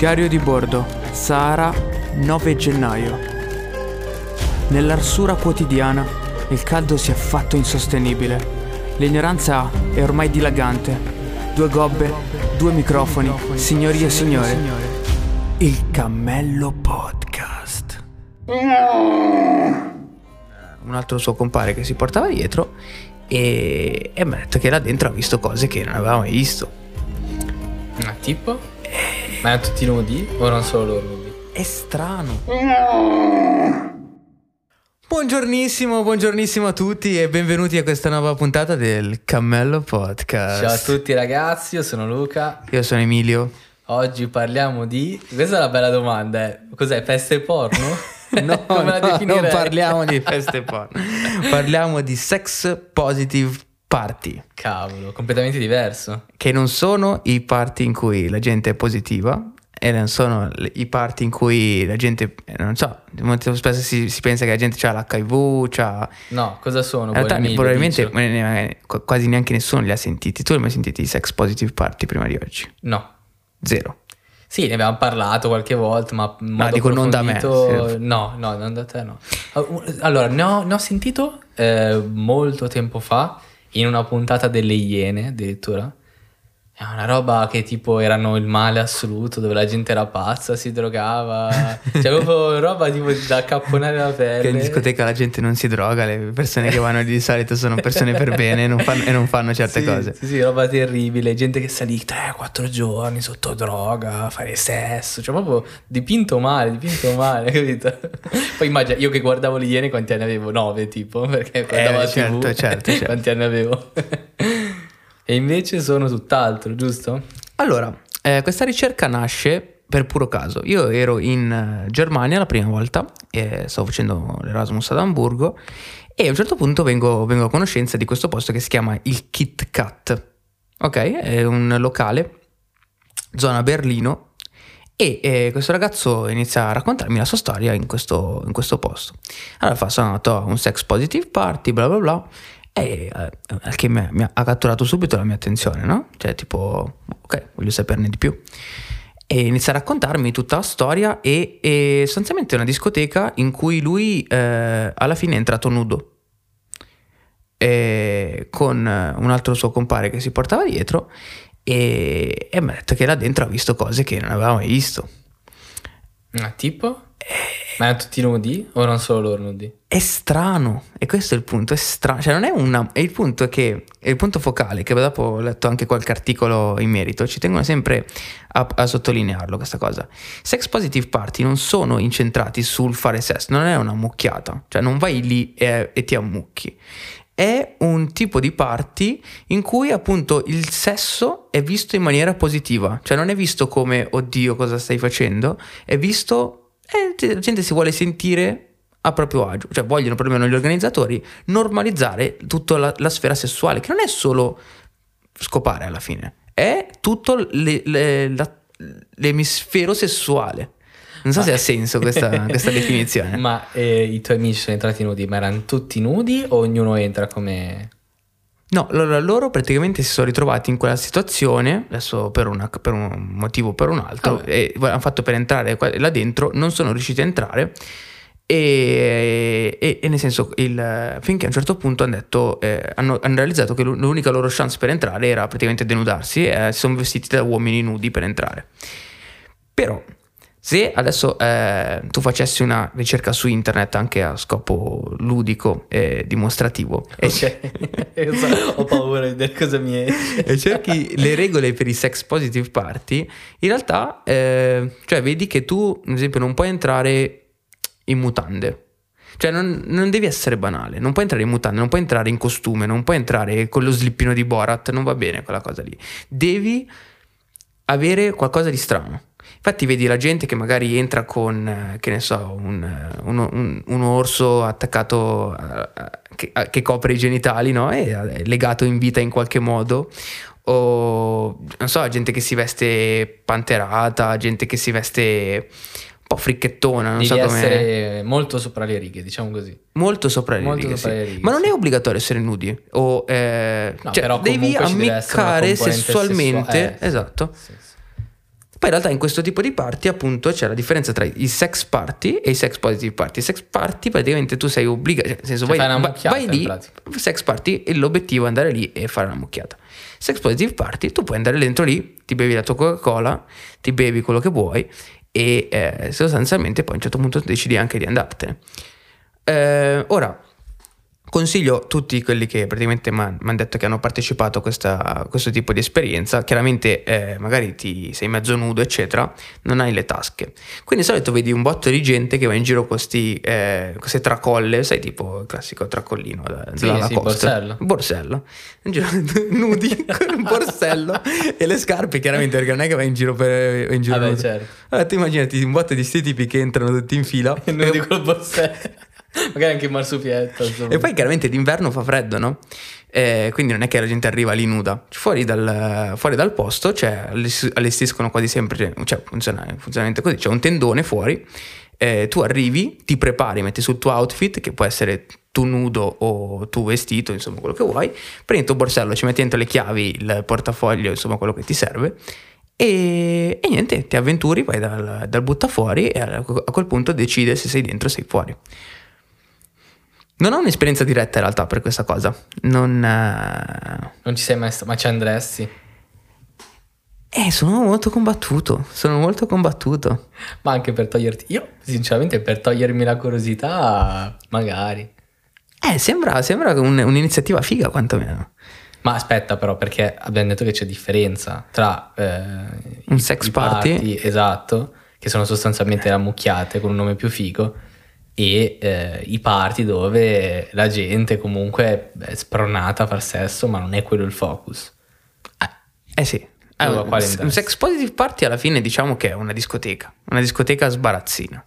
Diario di bordo, Sahara, 9 gennaio. Nell'arsura quotidiana il caldo si è fatto insostenibile. L'ignoranza è ormai dilagante. 2 gobbe, 2 microfoni, signorie e signore. Il Cammello Podcast. Un altro suo compare che si portava dietro e mi ha detto che là dentro ha visto cose che non aveva mai visto. Ma tipo? Ma erano tutti nudi o erano solo loro nudi? È strano. Buongiornissimo a tutti e benvenuti a questa nuova puntata del Cammello Podcast. Ciao a tutti ragazzi, io sono Luca. Io sono Emilio. Oggi parliamo di... Questa è una bella domanda, Cos'è, feste porno? No, non parliamo di feste porno. Parliamo di sex positive party. Cavolo, completamente diverso. Che non sono i party in cui la gente è positiva e non sono i party in cui la gente, non so, molto spesso si pensa che la gente ha l'HIV, No, cosa sono? In realtà probabilmente quasi neanche nessuno li ha sentiti. Tu hai mai sentito i sex positive party prima di oggi? No. Zero. Sì, ne abbiamo parlato qualche volta, ma in modo dico non da me. Sì. No, non da te no. Allora, ne ho sentito molto tempo fa in una puntata delle Iene, addirittura. È una roba che tipo erano il male assoluto, dove la gente era pazza, si drogava. Cioè proprio roba tipo da capponare la pelle. Che in discoteca la gente non si droga, le persone che vanno di solito sono persone per bene e non fanno certe cose. Sì, roba terribile. Gente che sta lì 3-4 giorni sotto droga, a fare sesso. Cioè proprio dipinto male, capito? Poi immagina, io che guardavo le Iene quanti anni avevo? 9 tipo, perché guardavo la TV. Certo. Quanti anni avevo? E invece sono tutt'altro, giusto? Allora, questa ricerca nasce per puro caso. Io ero in Germania la prima volta e stavo facendo l'Erasmus ad Amburgo e a un certo punto vengo a conoscenza di questo posto che si chiama il Kit Kat. Ok? È un locale, zona Berlino, e questo ragazzo inizia a raccontarmi la sua storia in questo posto. Allora sono andato a un sex positive party, bla bla bla. E che mi ha catturato subito la mia attenzione, no? Cioè tipo, ok, voglio saperne di più. E inizia a raccontarmi tutta la storia e sostanzialmente è una discoteca in cui lui alla fine è entrato nudo con un altro suo compare che si portava dietro e mi ha detto che là dentro ha visto cose che non aveva mai visto. Ma tipo? Ma erano tutti nudi o erano solo loro nudi? È strano, e questo è il punto, è strano, cioè non è è il punto che è il punto focale, che dopo ho letto anche qualche articolo in merito, ci tengono sempre a sottolinearlo questa cosa. Sex positive party non sono incentrati sul fare sesso, non è una mucchiata, cioè non vai lì e ti ammucchi. È un tipo di party in cui appunto il sesso è visto in maniera positiva, cioè non è visto come oddio cosa stai facendo, è visto la gente si vuole sentire a proprio agio, cioè vogliono perlomeno gli organizzatori normalizzare tutta la sfera sessuale, che non è solo scopare alla fine, è tutto l'emisfero sessuale. Non so se ha senso questa definizione. Ma i tuoi amici sono entrati nudi, ma erano tutti nudi o ognuno entra come... No, loro praticamente si sono ritrovati in quella situazione, adesso per un motivo o per un altro, e hanno fatto per entrare là dentro, non sono riusciti a entrare e nel senso finché a un certo punto hanno detto, hanno realizzato che l'unica loro chance per entrare era praticamente denudarsi e si sono vestiti da uomini nudi per entrare. Però se adesso tu facessi una ricerca su internet anche a scopo ludico e dimostrativo, ho paura di vedere cosa mi esce, e cerchi le regole per i sex positive party, in realtà cioè vedi che tu ad esempio non puoi entrare in mutande, cioè non devi essere banale, non puoi entrare in mutande, non puoi entrare in costume, non puoi entrare con lo slippino di Borat, non va bene quella cosa lì, devi avere qualcosa di strano. Infatti vedi la gente che magari entra con, che ne so, un orso attaccato che copre i genitali, no? È legato in vita in qualche modo, o non so, gente che si veste panterata, gente che si veste un po' fricchettona, non so come. Devi essere molto sopra le righe, diciamo così. Molto sopra le righe, sì. Ma non è obbligatorio essere nudi, o no, cioè però devi ammiccare sessualmente, esatto. Sì. Poi in realtà in questo tipo di party appunto c'è la differenza tra i sex party e i sex positive party. I sex party praticamente tu sei obbligato, cioè, nel senso Cioè, fai una mucchiata, vai in lì, pratica. sex party e l'obiettivo è andare lì e fare una mucchiata. Sex positive party, tu puoi andare dentro lì, ti bevi la tua Coca-Cola, ti bevi quello che vuoi e sostanzialmente poi a un certo punto decidi anche di andartene. Ora consiglio tutti quelli che praticamente mi hanno detto che hanno partecipato a questo tipo di esperienza, chiaramente magari sei mezzo nudo eccetera, non hai le tasche, quindi di solito vedi un botto di gente che va in giro con queste tracolle, sai, tipo il classico tracollino della Lacoste, borsello, in giro nudi con un borsello e le scarpe chiaramente, perché non è che vai in giro in giro nudo. Certo. Allora tu immaginati un botto di sti tipi che entrano tutti in fila nudi col borsello. Magari anche il marsupietto, insomma. E poi chiaramente d'inverno fa freddo, no? Quindi non è che la gente arriva lì nuda. Fuori dal posto allestiscono quasi sempre, cioè funzionalmente così, c'è un tendone fuori, tu arrivi, ti prepari, metti sul tuo outfit, che può essere tu nudo o tu vestito, insomma quello che vuoi, prendi il tuo borsello, ci metti dentro le chiavi, il portafoglio, insomma quello che ti serve, e niente, ti avventuri, vai dal buttafuori e a quel punto decide se sei dentro o sei fuori. Non ho un'esperienza diretta in realtà per questa cosa. Non ci sei mai stato, ma ci andresti? Sono molto combattuto. Ma anche per toglierti... Io, sinceramente, per togliermi la curiosità, magari. Sembra un'iniziativa figa, quantomeno. Ma aspetta però, perché abbiamo detto che c'è differenza tra un sex party, esatto, che sono sostanzialmente ammucchiate con un nome più figo, e i party dove la gente comunque è spronata a far sesso, ma non è quello il focus. Sì. Un sex positive party alla fine diciamo che è una discoteca sbarazzina.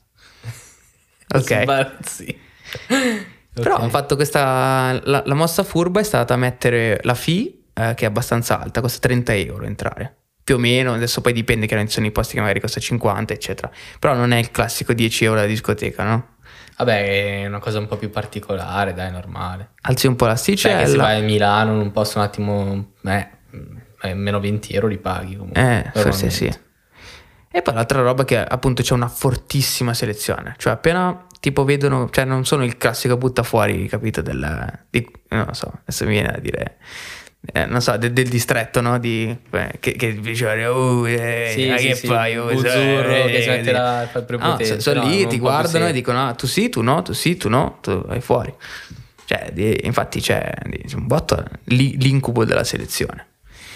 Ok. Sbarazzina. Però hanno fatto la mossa furba è stata mettere la fee che è abbastanza alta, costa 30 euro entrare. Più o meno, adesso poi dipende, che sono i posti che magari costa 50 eccetera. Però non è il classico 10 euro da discoteca, no? Vabbè, è una cosa un po' più particolare, dai, normale. Alzi un po' l'asticella. Che se vai a Milano in un posto un attimo... meno 20 euro li paghi comunque. Forse sì. E poi l'altra roba che appunto c'è una fortissima selezione. Cioè appena tipo vedono, cioè non sono il classico butta fuori, capito, non lo so, adesso mi viene da dire... non so, del distretto, no? Che dice che fai? Buzzurro che si mette a fare prepotente. Sono lì, ti guardano e dicono tu sì, tu no, tu sì, tu no, tu vai fuori. Cioè, infatti c'è un botto l'incubo della selezione.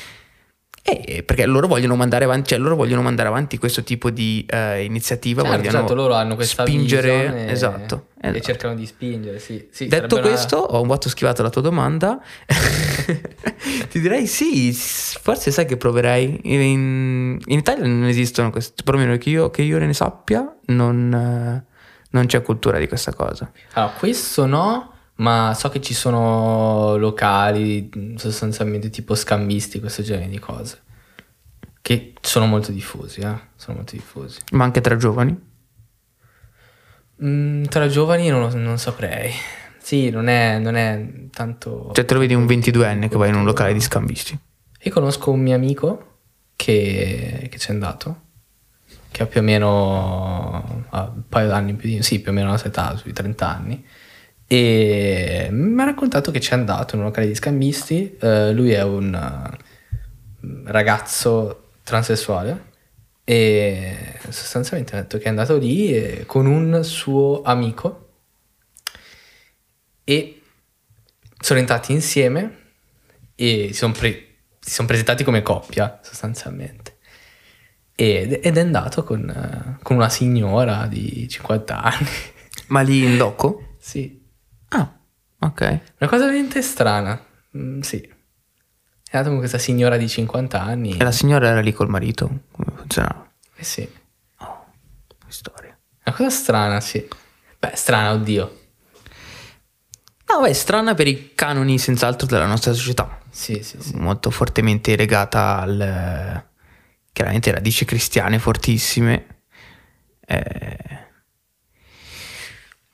Perché loro vogliono mandare avanti, questo tipo di iniziativa, certo, loro hanno questa spingere, visione, esatto. E cercano di spingere, sì. Detto questo, ho un botto schivato la tua domanda. Ti direi sì, forse sai che proverei. In Italia non esistono questi, perlomeno che io ne sappia, non c'è cultura di questa cosa. Allora, questo no, ma so che ci sono locali sostanzialmente tipo scambisti, questo genere di cose, che sono molto diffusi, sono molto diffusi. Ma anche tra giovani? Tra giovani non saprei. Sì, non è tanto... Cioè te lo vedi un 22enne che va in un locale di scambisti? Io conosco un mio amico che c'è andato, che ha più o meno un paio d'anni più di... Sì, più o meno la sua età, sui 30 anni. E mi ha raccontato che c'è andato in un locale di scambisti. Lui è un ragazzo transessuale e sostanzialmente ha detto che è andato lì con un suo amico e sono entrati insieme e si sono presentati come coppia sostanzialmente, ed è andato con una signora di 50 anni. Ma lì in loco? Sì. Ah, ok. Una cosa veramente strana. Sì. È andato con questa signora di 50 anni. E la signora era lì col marito? Come funzionava? Sì. Oh, che storia. Una cosa strana, sì. Beh, strana, oddio. No, beh, strana per i canoni senz'altro della nostra società. Sì. Molto fortemente legata chiaramente radici cristiane fortissime.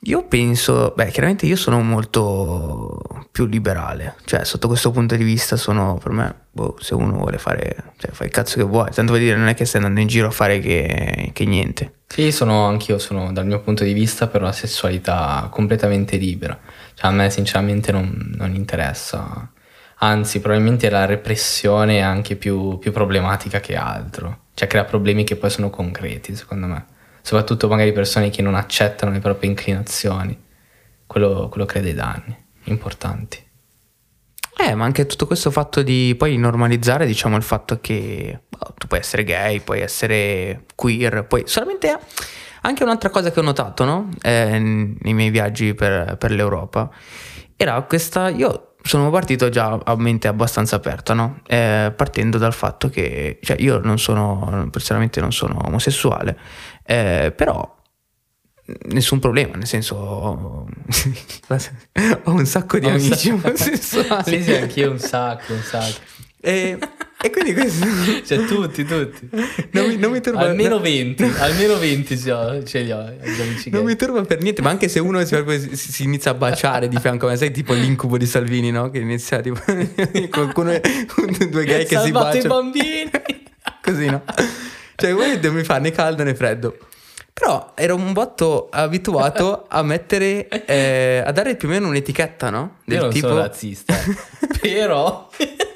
Io penso, beh, chiaramente io sono molto più liberale, cioè sotto questo punto di vista sono, per me, boh, se uno vuole fare, cioè fai il cazzo che vuoi, tanto per dire non è che stai andando in giro a fare che niente. Sì, anch'io sono dal mio punto di vista per una sessualità completamente libera. Cioè a me sinceramente non interessa. Anzi, probabilmente la repressione è anche più problematica che altro. Cioè crea problemi che poi sono concreti, secondo me. Soprattutto magari persone che non accettano le proprie inclinazioni. Quello crea dei danni importanti. Ma anche tutto questo fatto di poi normalizzare, diciamo, il fatto che tu puoi essere gay, puoi essere queer, poi solamente anche un'altra cosa che ho notato, no? Nei miei viaggi per l'Europa, era questa, io sono partito già a mente abbastanza aperta, no? Partendo dal fatto che, cioè io personalmente non sono omosessuale, però nessun problema, nel senso ho un sacco di amici omosessuali. Sì, anch'io un sacco. E quindi questo Cioè tutti. non mi turba almeno 20 ce li ho gli amici non gay. mi turba per niente, ma anche se uno si inizia a baciare di fianco a me, sai, tipo l'incubo di Salvini, no? Che inizia tipo qualcuno, due gay che si Salvate i baciano bambini. così, no? Cioè non mi fa né caldo né freddo. Però ero un botto abituato a mettere, a dare più o meno un'etichetta, no? Io non sono razzista, però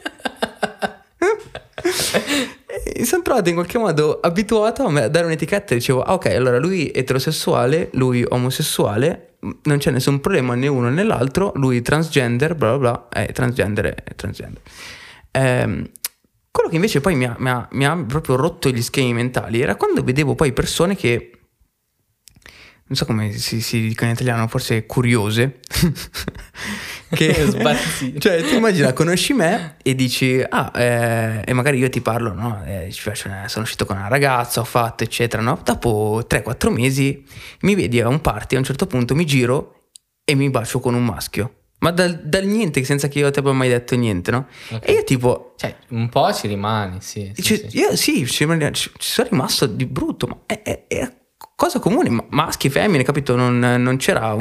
mi sono trovato in qualche modo abituato a dare un'etichetta e dicevo, ok, allora lui eterosessuale, lui omosessuale, non c'è nessun problema né uno né l'altro, lui transgender, bla bla bla, transgender è transgender. Quello che invece poi mi ha proprio rotto gli schemi mentali era quando vedevo poi persone che, non so come si dica in italiano, forse curiose, che sbazzi. Cioè tu immagina, conosci me e dici e magari io ti parlo, no? Sono uscito con una ragazza, ho fatto eccetera, no? Dopo 3-4 mesi mi vedi a un party, a un certo punto mi giro e mi bacio con un maschio, ma dal niente, senza che io ti abbia mai detto niente, no? Okay. E io tipo, cioè un po' ci rimani, sì. Io ci sono rimasto di brutto, ma è cosa comune, maschi e femmine, capito? Non c'era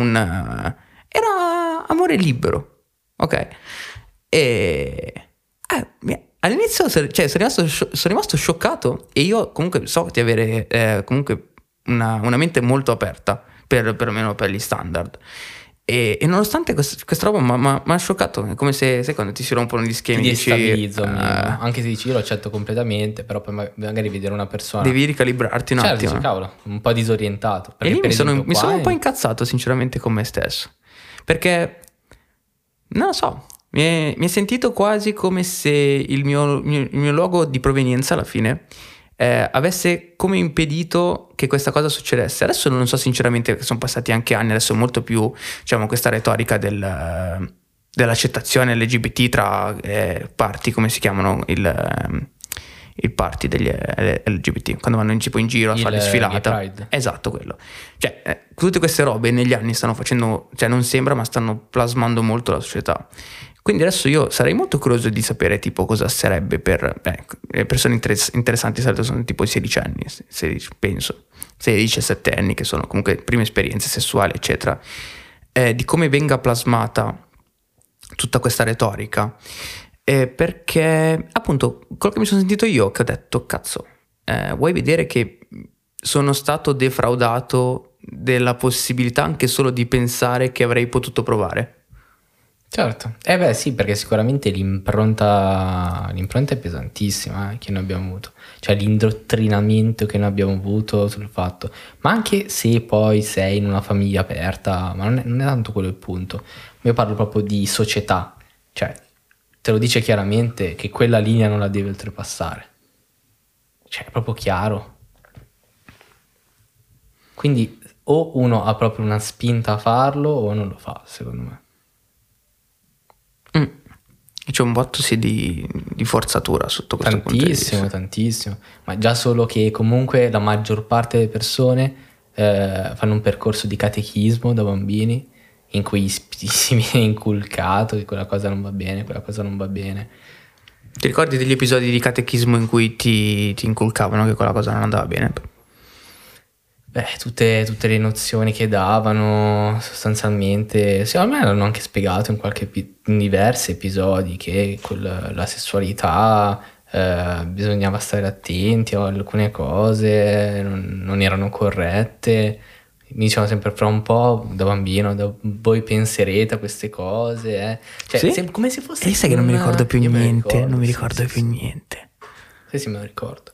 era amore libero, ok? E all'inizio, cioè, sono rimasto scioccato, e io comunque so di avere comunque una mente molto aperta, perlomeno per gli standard. E nonostante questa roba mi ha scioccato, è come se sai, quando ti si rompono gli schemi, ti dici, destabilizzo, anche se dici io lo accetto completamente, però poi magari vedere una persona, devi ricalibrarti un attimo. Sì, cavolo, un po' disorientato. E lì mi sono un po' incazzato sinceramente con me stesso, perché non lo so, mi è sentito quasi come se il mio luogo di provenienza alla fine avesse come impedito che questa cosa succedesse. Adesso non so sinceramente, perché sono passati anche anni, adesso è molto più, diciamo, questa retorica dell'accettazione LGBT tra parti, come si chiamano, il party degli LGBT, quando vanno in giro a fare le sfilate. Esatto, quello. Cioè, tutte queste robe negli anni stanno facendo, cioè non sembra, ma stanno plasmando molto la società. Quindi adesso io sarei molto curioso di sapere tipo cosa sarebbe per le persone interessanti, sono tipo i 16 anni, 16, penso, 16-17 anni, che sono comunque prime esperienze sessuali, eccetera, di come venga plasmata tutta questa retorica. Perché appunto quello che mi sono sentito io, che ho detto, cazzo, vuoi vedere che sono stato defraudato della possibilità anche solo di pensare che avrei potuto provare? Certo, beh sì, perché sicuramente l'impronta è pesantissima che noi abbiamo avuto, cioè l'indottrinamento che noi abbiamo avuto sul fatto, ma anche se poi sei in una famiglia aperta, ma non è tanto quello il punto, io parlo proprio di società, cioè te lo dice chiaramente che quella linea non la deve oltrepassare, cioè è proprio chiaro. Quindi o uno ha proprio una spinta a farlo o non lo fa, secondo me. C'è un botto sì di forzatura sotto questo punto di vista. Tantissimo, ma già solo che comunque la maggior parte delle persone fanno un percorso di catechismo da bambini in cui si viene inculcato che quella cosa non va bene, quella cosa non va bene. Ti ricordi degli episodi di catechismo in cui ti inculcavano che quella cosa non andava bene? tutte le nozioni che davano sostanzialmente, secondo me l'hanno anche spiegato in diversi episodi che la sessualità bisognava stare attenti a alcune cose, non erano corrette. Mi dicevano sempre fra un po' da bambino, voi penserete a queste cose, eh? Cioè, Sì? come se fosse... E sai che non mi ricordo più Io me lo niente, non mi sì, ricordo sì, più sì. niente. Sì, me lo ricordo.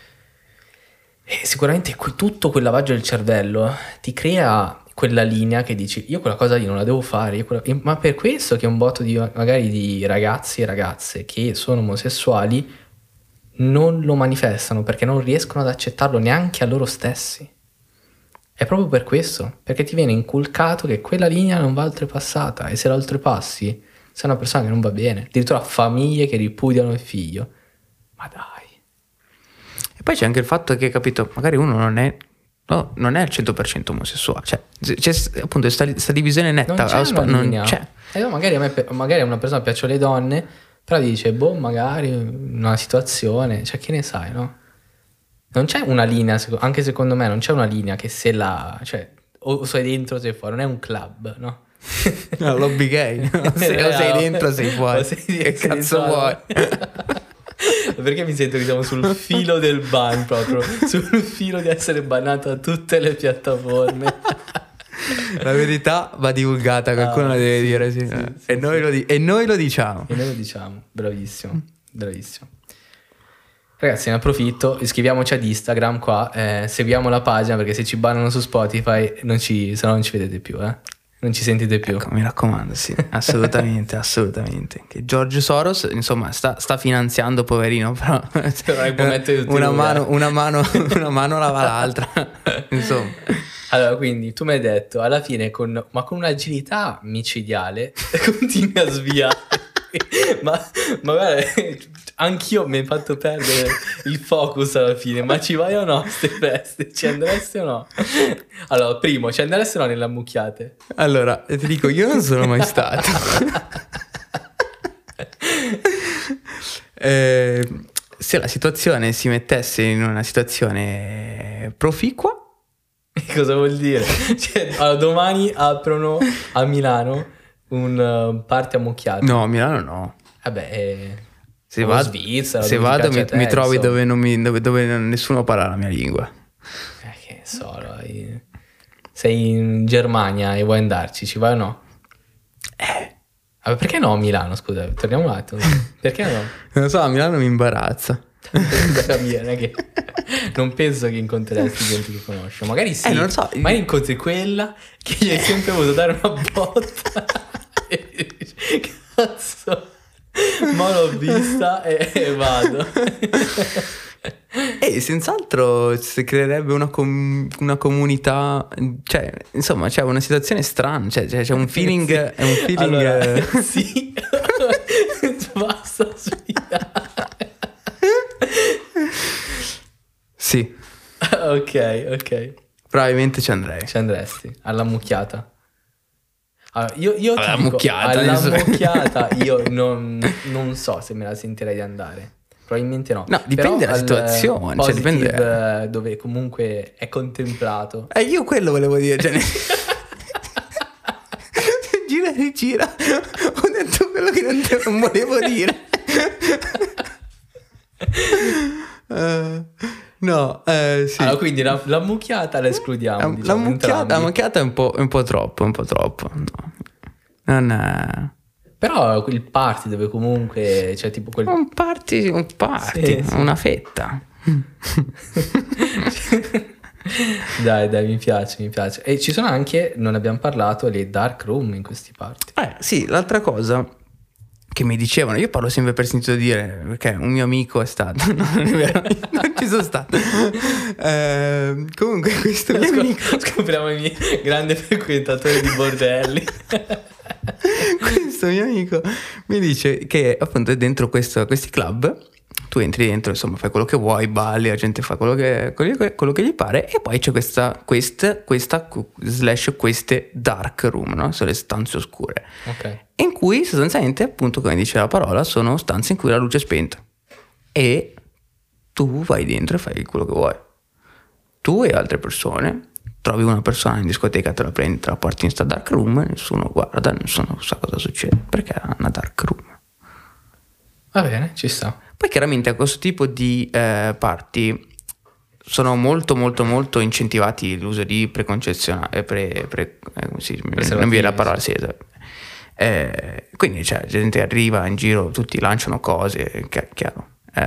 E sicuramente tutto quel lavaggio del cervello ti crea quella linea che dici, io quella cosa lì non la devo fare, ma per questo che un botto magari di ragazzi e ragazze che sono omosessuali non lo manifestano perché non riescono ad accettarlo neanche a loro stessi. È proprio per questo, perché ti viene inculcato che quella linea non va oltrepassata e se la oltrepassi sei una persona che non va bene. Addirittura famiglie che ripudiano il figlio. Ma dai. E poi c'è anche il fatto che, capito, magari uno non è al 100% omosessuale. Cioè, c'è appunto questa divisione netta. Non c'è una non linea. c'è. No, magari a una persona piacciono le donne, però dice, magari una situazione, cioè che ne sai, no? Non c'è una linea, anche secondo me non c'è una linea che se cioè, o sei dentro o sei fuori, non è un club, no? No, lobby gay. O sei dentro o sei fuori. Che cazzo vuoi? Perché mi sento che siamo sul filo del ban proprio, sul filo di essere bannato da tutte le piattaforme. La verità va divulgata, qualcuno la deve dire, sì. E noi lo diciamo. E noi lo diciamo, bravissimo, bravissimo. Ragazzi, ne approfitto, iscriviamoci ad Instagram qua, seguiamo la pagina perché se ci bannano su Spotify se no non ci vedete più, non ci sentite più. Ecco, mi raccomando, sì, assolutamente, assolutamente. Che George Soros, insomma, sta finanziando, poverino, però una mano lava l'altra, insomma. Allora, quindi tu mi hai detto, alla fine, con un'agilità micidiale, continui a sviare. ma guarda, anch'io mi hai fatto perdere il focus alla fine. Ma ci vai o no, ste feste? Ci andresti o no? Allora, primo, ci andresti o no nelle ammucchiate? Allora, ti dico, io non sono mai stato. Se la situazione si mettesse in una situazione proficua. Cosa vuol dire? Cioè, allora, domani aprono a Milano un party ammucchiato. No, a Milano no. Vabbè, se vado, Svizzera, se vado mi trovi dove nessuno parla la mia lingua. Che so, sei in Germania e vuoi andarci, ci vai o no? Vabbè, perché no a Milano, scusa, torniamo un attimo. Perché no? Non lo so, a Milano mi imbarazza. Non penso che incontreresti gente che conosci. Magari sì, non lo so. ma incontri quella che gli hai sempre voluto dare una botta. Cazzo, ma l'ho vista e vado. Senz'altro si creerebbe una comunità, cioè, insomma, c'è una situazione strana, cioè c'è un feeling, è un feeling. Allora, sì. Basta sfidare. Sì. Ok. Probabilmente ci andrei. Ci andresti alla mucchiata. Allora, io ti alla dico, mucchiata, alla mucchiata io non so se me la sentirei di andare. Probabilmente no. No, dipende dalla situazione. Cioè, dipende. Dove comunque è contemplato. Io quello volevo dire. Cioè, gira e rigira. Ho detto quello che non volevo dire. No, sì. Allora, quindi la mucchiata la escludiamo. La mucchiata è un po' troppo. No. Non è... Però il party dove comunque c'è tipo quel... Un party, sì. Una fetta. Dai, mi piace. E ci sono anche, non abbiamo parlato, le dark room in questi party. Sì, l'altra cosa che mi dicevano, io parlo sempre per sentito dire, perché un mio amico è stato, no, non è vero, non ci sono stato. Comunque questo mio amico... Scopriamo i miei grandi frequentatori di bordelli. Questo mio amico mi dice che appunto è dentro questi club, tu entri dentro, insomma, fai quello che vuoi, balli, la gente fa quello che gli pare, e poi c'è queste dark room, no? Sono le stanze oscure. Ok. In cui sostanzialmente, appunto, come dice la parola, sono stanze in cui la luce è spenta e tu vai dentro e fai quello che vuoi. tu e altre persone, trovi una persona in discoteca, te la prendi, te la porti in sta dark room, nessuno guarda, nessuno sa cosa succede, perché è una dark room. Va bene, ci sta. Poi chiaramente a questo tipo di party sono molto molto molto incentivati l'uso di preconcezionali, non viene la parola, sì, quindi cioè, gente arriva in giro, tutti lanciano cose, chiaro.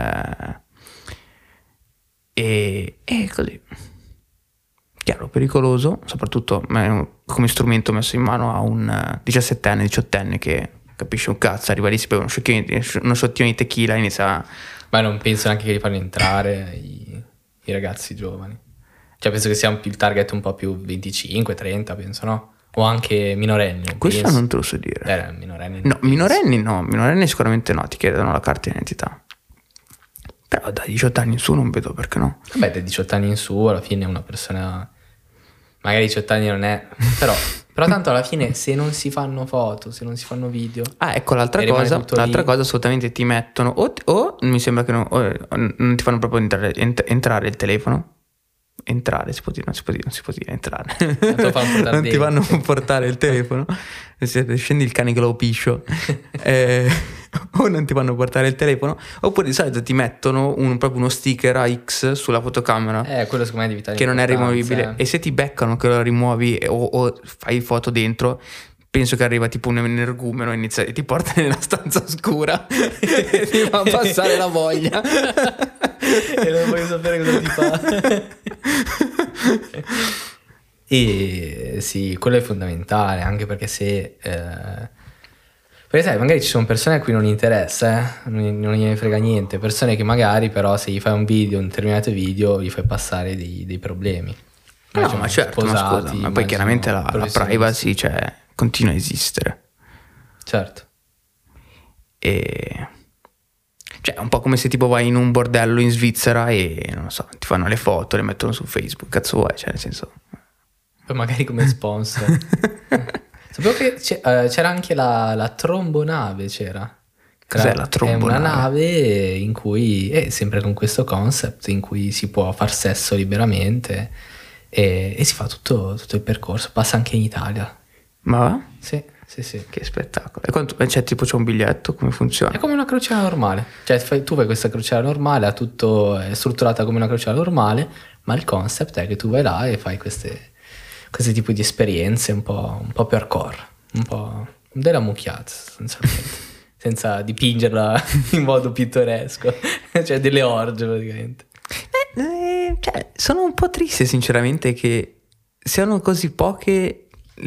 E così. Chiaro, pericoloso, soprattutto come strumento messo in mano a un 17enne, 18enne che capisce un cazzo, arriva lì, si beve uno sciottino di tequila e inizia. Ma non penso neanche che li fanno entrare i ragazzi giovani. Cioè penso che sia il target un po' più 25, 30, penso, no? O anche minorenni. Questo penso. non te lo so dire. Minorenni. No, minorenni sicuramente no, ti chiedono la carta di identità. Però da 18 anni in su non vedo perché no. Vabbè, da 18 anni in su alla fine una persona... Magari 18 anni non è... Però tanto alla fine se non si fanno foto, se non si fanno video... Ah, ecco l'altra cosa assolutamente ti mettono o mi sembra che non ti fanno proprio entrare il telefono. Entrare, non si può dire entrare. Non ti fanno portare il telefono. Scendi il cane che lo piscio. O non ti fanno portare il telefono, oppure di solito ti mettono proprio uno sticker a X sulla fotocamera. Quello secondo me è di che non è rimovibile. E se ti beccano che lo rimuovi o fai foto dentro, penso che arriva tipo un energumeno e ti porta nella stanza oscura e ti fa passare la voglia. E non voglio sapere cosa ti fa. E sì, quello è fondamentale, anche perché se perché sai, magari ci sono persone a cui non interessa, non gliene frega niente, persone che magari però se gli fai un determinato video, gli fai passare dei problemi. No, ma certo, ma poi chiaramente la privacy continua a esistere. Certo. E cioè, è un po' come se tipo vai in un bordello in Svizzera e non lo so, ti fanno le foto, le mettono su Facebook, cazzo vuoi, cioè nel senso. Poi magari come sponsor. Sapevo che c'era anche la trombonave, c'era. Cos'è la trombonave? È una nave in cui, sempre con questo concept, in cui si può far sesso liberamente e si fa tutto il percorso, passa anche in Italia. Ma va? Sì. Che spettacolo. E quanto, c'è un biglietto? Come funziona? È come una crociera normale. Cioè tu fai questa crociera normale, è strutturata come una crociera normale, ma il concept è che tu vai là e fai questi tipi di esperienze un po' più hardcore, un po' della mucchiata sostanzialmente, senza dipingerla in modo pittoresco, cioè delle orge praticamente. Cioè, sono un po' triste sinceramente che siano così poche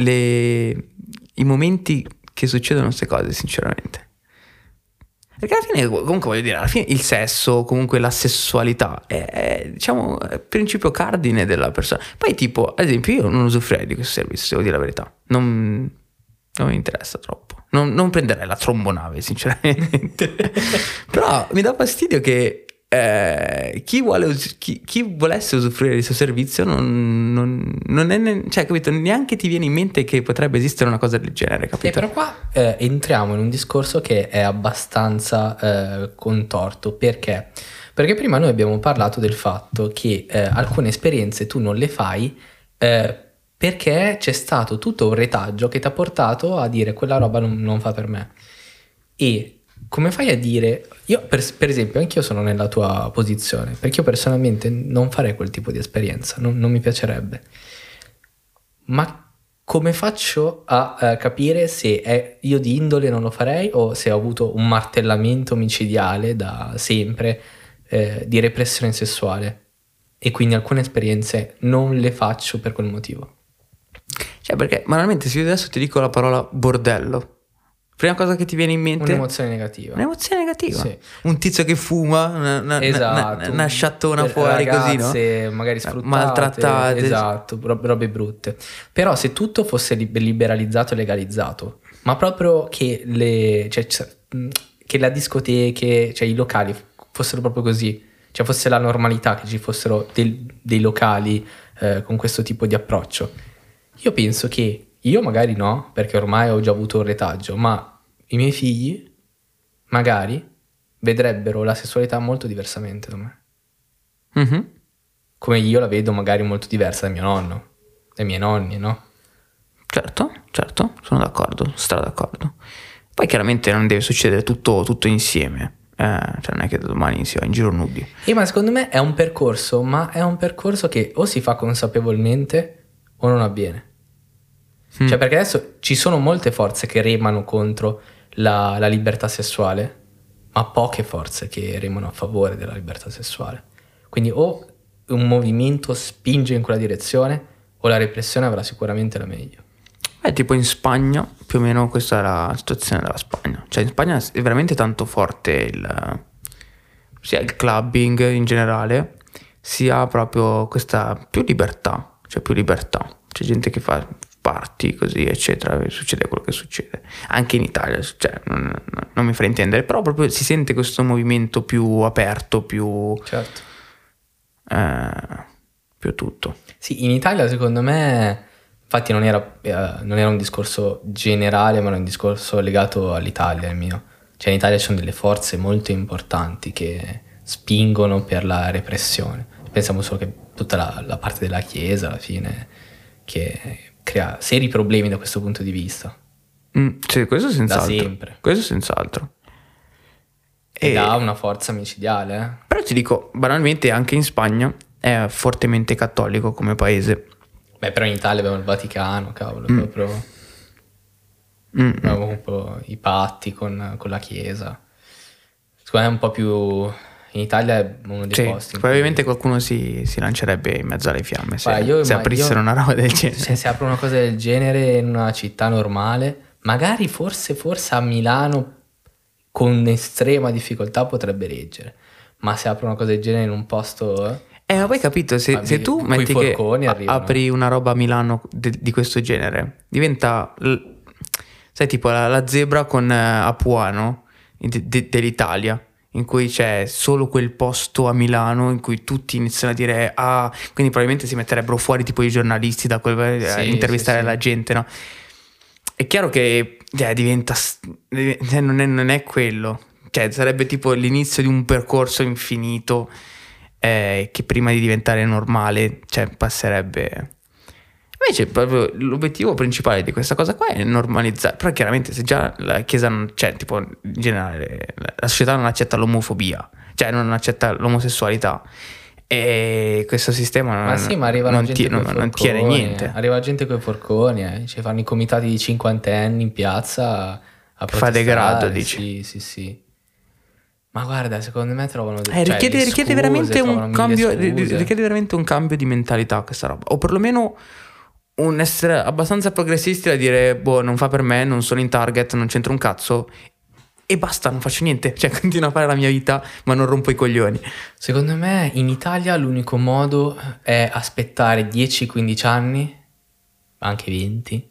i momenti che succedono queste cose, sinceramente. Perché alla fine, comunque voglio dire, alla fine il sesso, comunque la sessualità è diciamo il principio cardine della persona. Poi tipo, ad esempio, io non usufruirei di questo servizio, devo dire la verità. Non mi interessa troppo. Non prenderei la trombonave, sinceramente. Però mi dà fastidio che chi volesse usufruire di questo servizio non è, cioè, capito, neanche ti viene in mente che potrebbe esistere una cosa del genere, capito? Però qua entriamo in un discorso che è abbastanza contorto. Perché prima noi abbiamo parlato del fatto che alcune esperienze tu non le fai perché c'è stato tutto un retaggio che ti ha portato a dire quella roba non fa per me. E come fai a dire, io per esempio anch'io sono nella tua posizione, perché io personalmente non farei quel tipo di esperienza, non mi piacerebbe, ma come faccio a capire se io di indole non lo farei o se ho avuto un martellamento micidiale da sempre di repressione sessuale e quindi alcune esperienze non le faccio per quel motivo? Cioè, perché banalmente se io adesso ti dico la parola bordello, prima cosa che ti viene in mente? Un'emozione negativa. Sì. Un tizio che fuma, una sciattona fuori, ragazze, così, no? magari sfruttate, maltrattate. Esatto, robe brutte. Però se tutto fosse liberalizzato e legalizzato, ma proprio che che le discoteche, cioè i locali fossero proprio così, cioè fosse la normalità che ci fossero dei locali con questo tipo di approccio, io penso che io magari no, perché ormai ho già avuto un retaggio, ma i miei figli magari vedrebbero la sessualità molto diversamente da me. Mm-hmm. come io la vedo magari molto diversa da mio nonno, dai miei nonni, no? Certo, sono d'accordo, d'accordo. Poi chiaramente non deve succedere tutto insieme, cioè non è che da domani si va in giro nudi. Ma secondo me è un percorso, ma è un percorso che o si fa consapevolmente o non avviene. Cioè, perché adesso ci sono molte forze che remano contro la libertà sessuale, ma poche forze che remano a favore della libertà sessuale. Quindi o un movimento spinge in quella direzione o la repressione avrà sicuramente la meglio. Tipo in Spagna, più o meno questa è la situazione della Spagna. Cioè in Spagna è veramente tanto forte sia il clubbing in generale, sia proprio questa più libertà. C'è gente che fa party così, eccetera, succede quello che succede. Anche in Italia, cioè, non mi fa intendere, però proprio si sente questo movimento più aperto, più... Certo. Più tutto. Sì, in Italia secondo me... Infatti non era un discorso generale, ma era un discorso legato all'Italia, il mio. Cioè in Italia ci sono delle forze molto importanti che spingono per la repressione. Pensiamo solo che tutta la parte della Chiesa, alla fine, che crea seri problemi da questo punto di vista. Sì, questo senz'altro. Da sempre. Questo senz'altro. Ed ha una forza micidiale. Però ti dico, banalmente, anche in Spagna è fortemente cattolico come paese. Beh, però in Italia abbiamo il Vaticano, cavolo, proprio... Abbiamo un po' i patti con la Chiesa. Secondo me è un po' più... In Italia è uno dei posti... Probabilmente qualcuno si lancerebbe in mezzo alle fiamme se aprissero una roba del genere. Se si apre una cosa del genere in una città normale, magari forse a Milano con estrema difficoltà potrebbe reggere. Ma se apre una cosa del genere in un posto... ma poi capito, se tu metti che apri una roba a Milano di questo genere, diventa, sai, tipo la zebra con Apuano dell'Italia, in cui c'è solo quel posto a Milano in cui tutti iniziano a dire quindi probabilmente si metterebbero fuori tipo i giornalisti da a intervistare la gente, no? È chiaro che diventa, non è quello, cioè sarebbe tipo l'inizio di un percorso infinito. Che prima di diventare normale, cioè passerebbe. Invece proprio l'obiettivo principale di questa cosa qua è normalizzare. Però chiaramente se già la Chiesa non c'è, tipo in generale la società non accetta l'omofobia, cioè non accetta l'omosessualità, e questo sistema non tiene niente. Arriva gente con i forconi, ci fanno i comitati di cinquantenni in piazza a protestare. Fa degrado, dici? Sì. Ma guarda, secondo me trovano richiede veramente un cambio. Richiede veramente un cambio di mentalità questa roba. O perlomeno un essere abbastanza progressisti da dire: boh, non fa per me, non sono in target, non c'entro un cazzo. E basta, non faccio niente. Cioè, continuo a fare la mia vita, ma non rompo i coglioni. Secondo me in Italia l'unico modo è aspettare 10-15 anni, anche 20,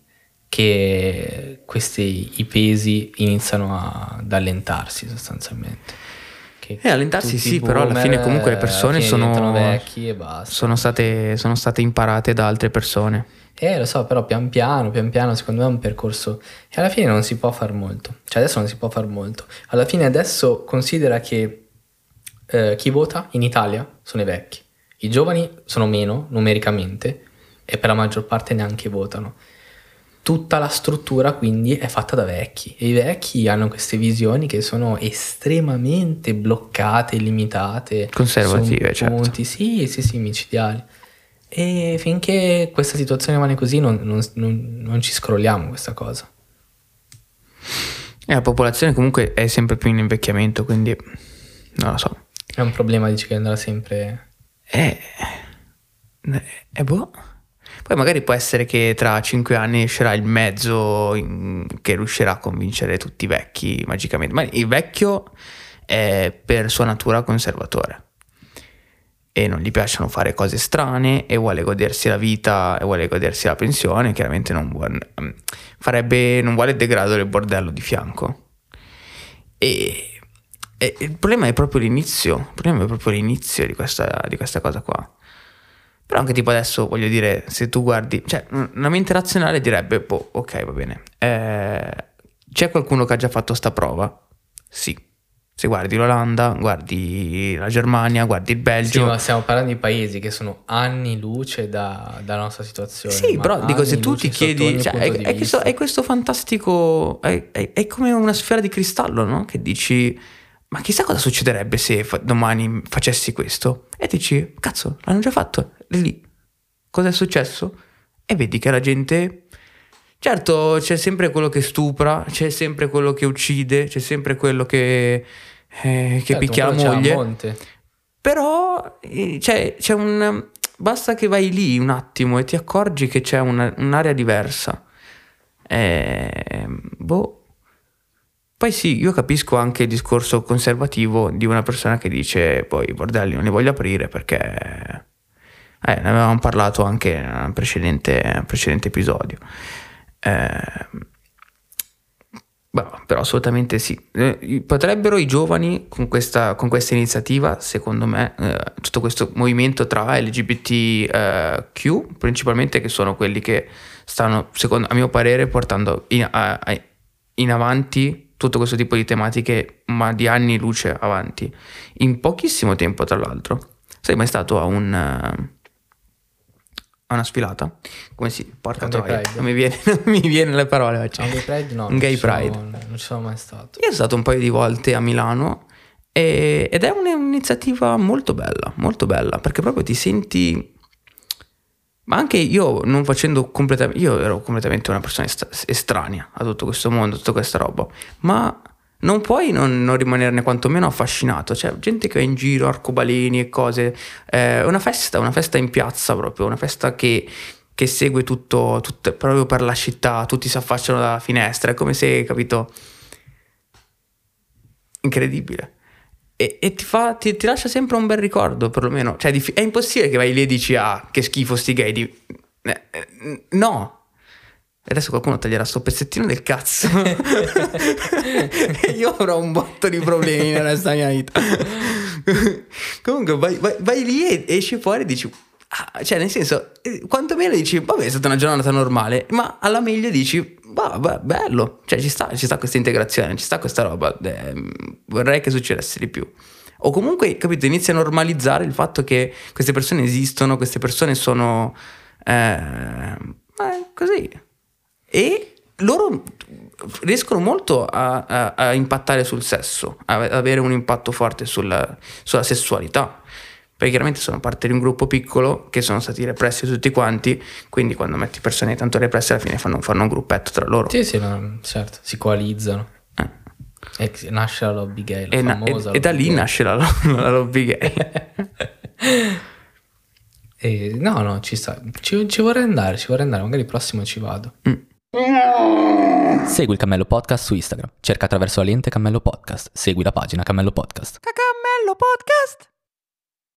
che i pesi iniziano ad allentarsi sostanzialmente. Allentarsi sì, però alla fine comunque le persone sono vecchi e basta. Sono state imparate da altre persone. Lo so, però pian piano secondo me è un percorso e alla fine non si può far molto. Cioè adesso non si può far molto. Alla fine adesso considera che chi vota in Italia sono i vecchi. I giovani sono meno numericamente e per la maggior parte neanche votano. Tutta la struttura quindi è fatta da vecchi e i vecchi hanno queste visioni che sono estremamente bloccate, limitate, conservative, certo. Sì, micidiali. E finché questa situazione rimane così non ci scrolliamo questa cosa. La popolazione comunque è sempre più in invecchiamento, quindi non lo so. È un problema, dici, che andrà sempre... boh. Poi magari può essere che tra 5 anni uscirà il mezzo che riuscirà a convincere tutti i vecchi magicamente. Ma il vecchio è per sua natura conservatore e non gli piacciono fare cose strane e vuole godersi la vita e vuole godersi la pensione. Chiaramente non vuole il degrado del bordello di fianco. E il problema è proprio l'inizio. Di questa cosa qua. Però anche tipo adesso, voglio dire, se tu guardi, cioè una mente razionale direbbe, boh, ok, va bene, c'è qualcuno che ha già fatto sta prova? Sì, Se guardi l'Olanda, guardi la Germania, guardi il Sì, Belgio. ma stiamo parlando di paesi che sono anni luce dalla nostra situazione. Sì, ma però dico, se anni tu luce ti sotto chiedi, ogni cioè, punto di vista. è questo fantastico, è come una sfera di cristallo, no? Che dici, ma chissà cosa succederebbe se domani facessi questo? E dici, cazzo, l'hanno già fatto, è lì. Cosa è successo? E vedi che la gente... Certo, c'è sempre quello che stupra, c'è sempre quello che uccide, c'è sempre quello che Certo, picchia la quello c'è a moglie. monte. Però c'è un... Basta che vai lì un attimo e ti accorgi che c'è un'area diversa. Boh. Poi sì, io capisco anche il discorso conservativo di una persona che dice poi i bordelli non li voglio aprire perché... ne avevamo parlato anche in un precedente episodio. Però assolutamente sì. Potrebbero i giovani con questa iniziativa, secondo me, tutto questo movimento tra LGBTQ, principalmente, che sono quelli che stanno, a mio parere, portando in avanti tutto questo tipo di tematiche, ma di anni luce avanti, in pochissimo tempo, tra l'altro. Sei mai stato a una sfilata? Come si porca troia, non mi viene le parole. Un gay pride? No, un gay pride. Non ci sono mai stato. Io sono stato un paio di volte a Milano ed è un'iniziativa molto bella, perché proprio ti senti... Ma anche io, non facendo completamente... Io ero completamente una persona estranea a tutto questo mondo, tutta questa roba, ma non puoi non rimanerne quantomeno affascinato. C'è gente che va in giro, arcobaleni e cose. Una festa in piazza proprio, una festa che segue tutto proprio per la città, tutti si affacciano dalla finestra, è come se, capito, incredibile. E ti lascia sempre un bel ricordo, perlomeno. Cioè, è impossibile che vai lì e dici, ah, che schifo sti gay. No. E adesso qualcuno taglierà sto pezzettino del cazzo. E io avrò un botto di problemi nella mia vita. Comunque vai lì e esci fuori e dici... cioè, nel senso, quantomeno dici, vabbè, è stata una giornata normale, ma alla meglio dici, bello, cioè ci sta questa integrazione, ci sta questa roba, vorrei che succedesse di più. O comunque, capito, inizia a normalizzare il fatto che queste persone esistono, queste persone sono così, e loro riescono molto a impattare sul sesso, a avere un impatto forte sulla sessualità. Perché chiaramente sono parte di un gruppo piccolo che sono stati repressi tutti quanti, quindi quando metti persone tanto represse alla fine fanno un gruppetto tra loro. Sì, no, certo, si coalizzano. E nasce la lobby gay, la famosa e da lì gay. nasce la lobby gay. No, ci sta. Ci vorrei andare, magari il prossimo ci vado. Segui il Cammello Podcast su Instagram. Cerca attraverso la lente Cammello Podcast. Segui la pagina Cammello Podcast. Cammello Podcast!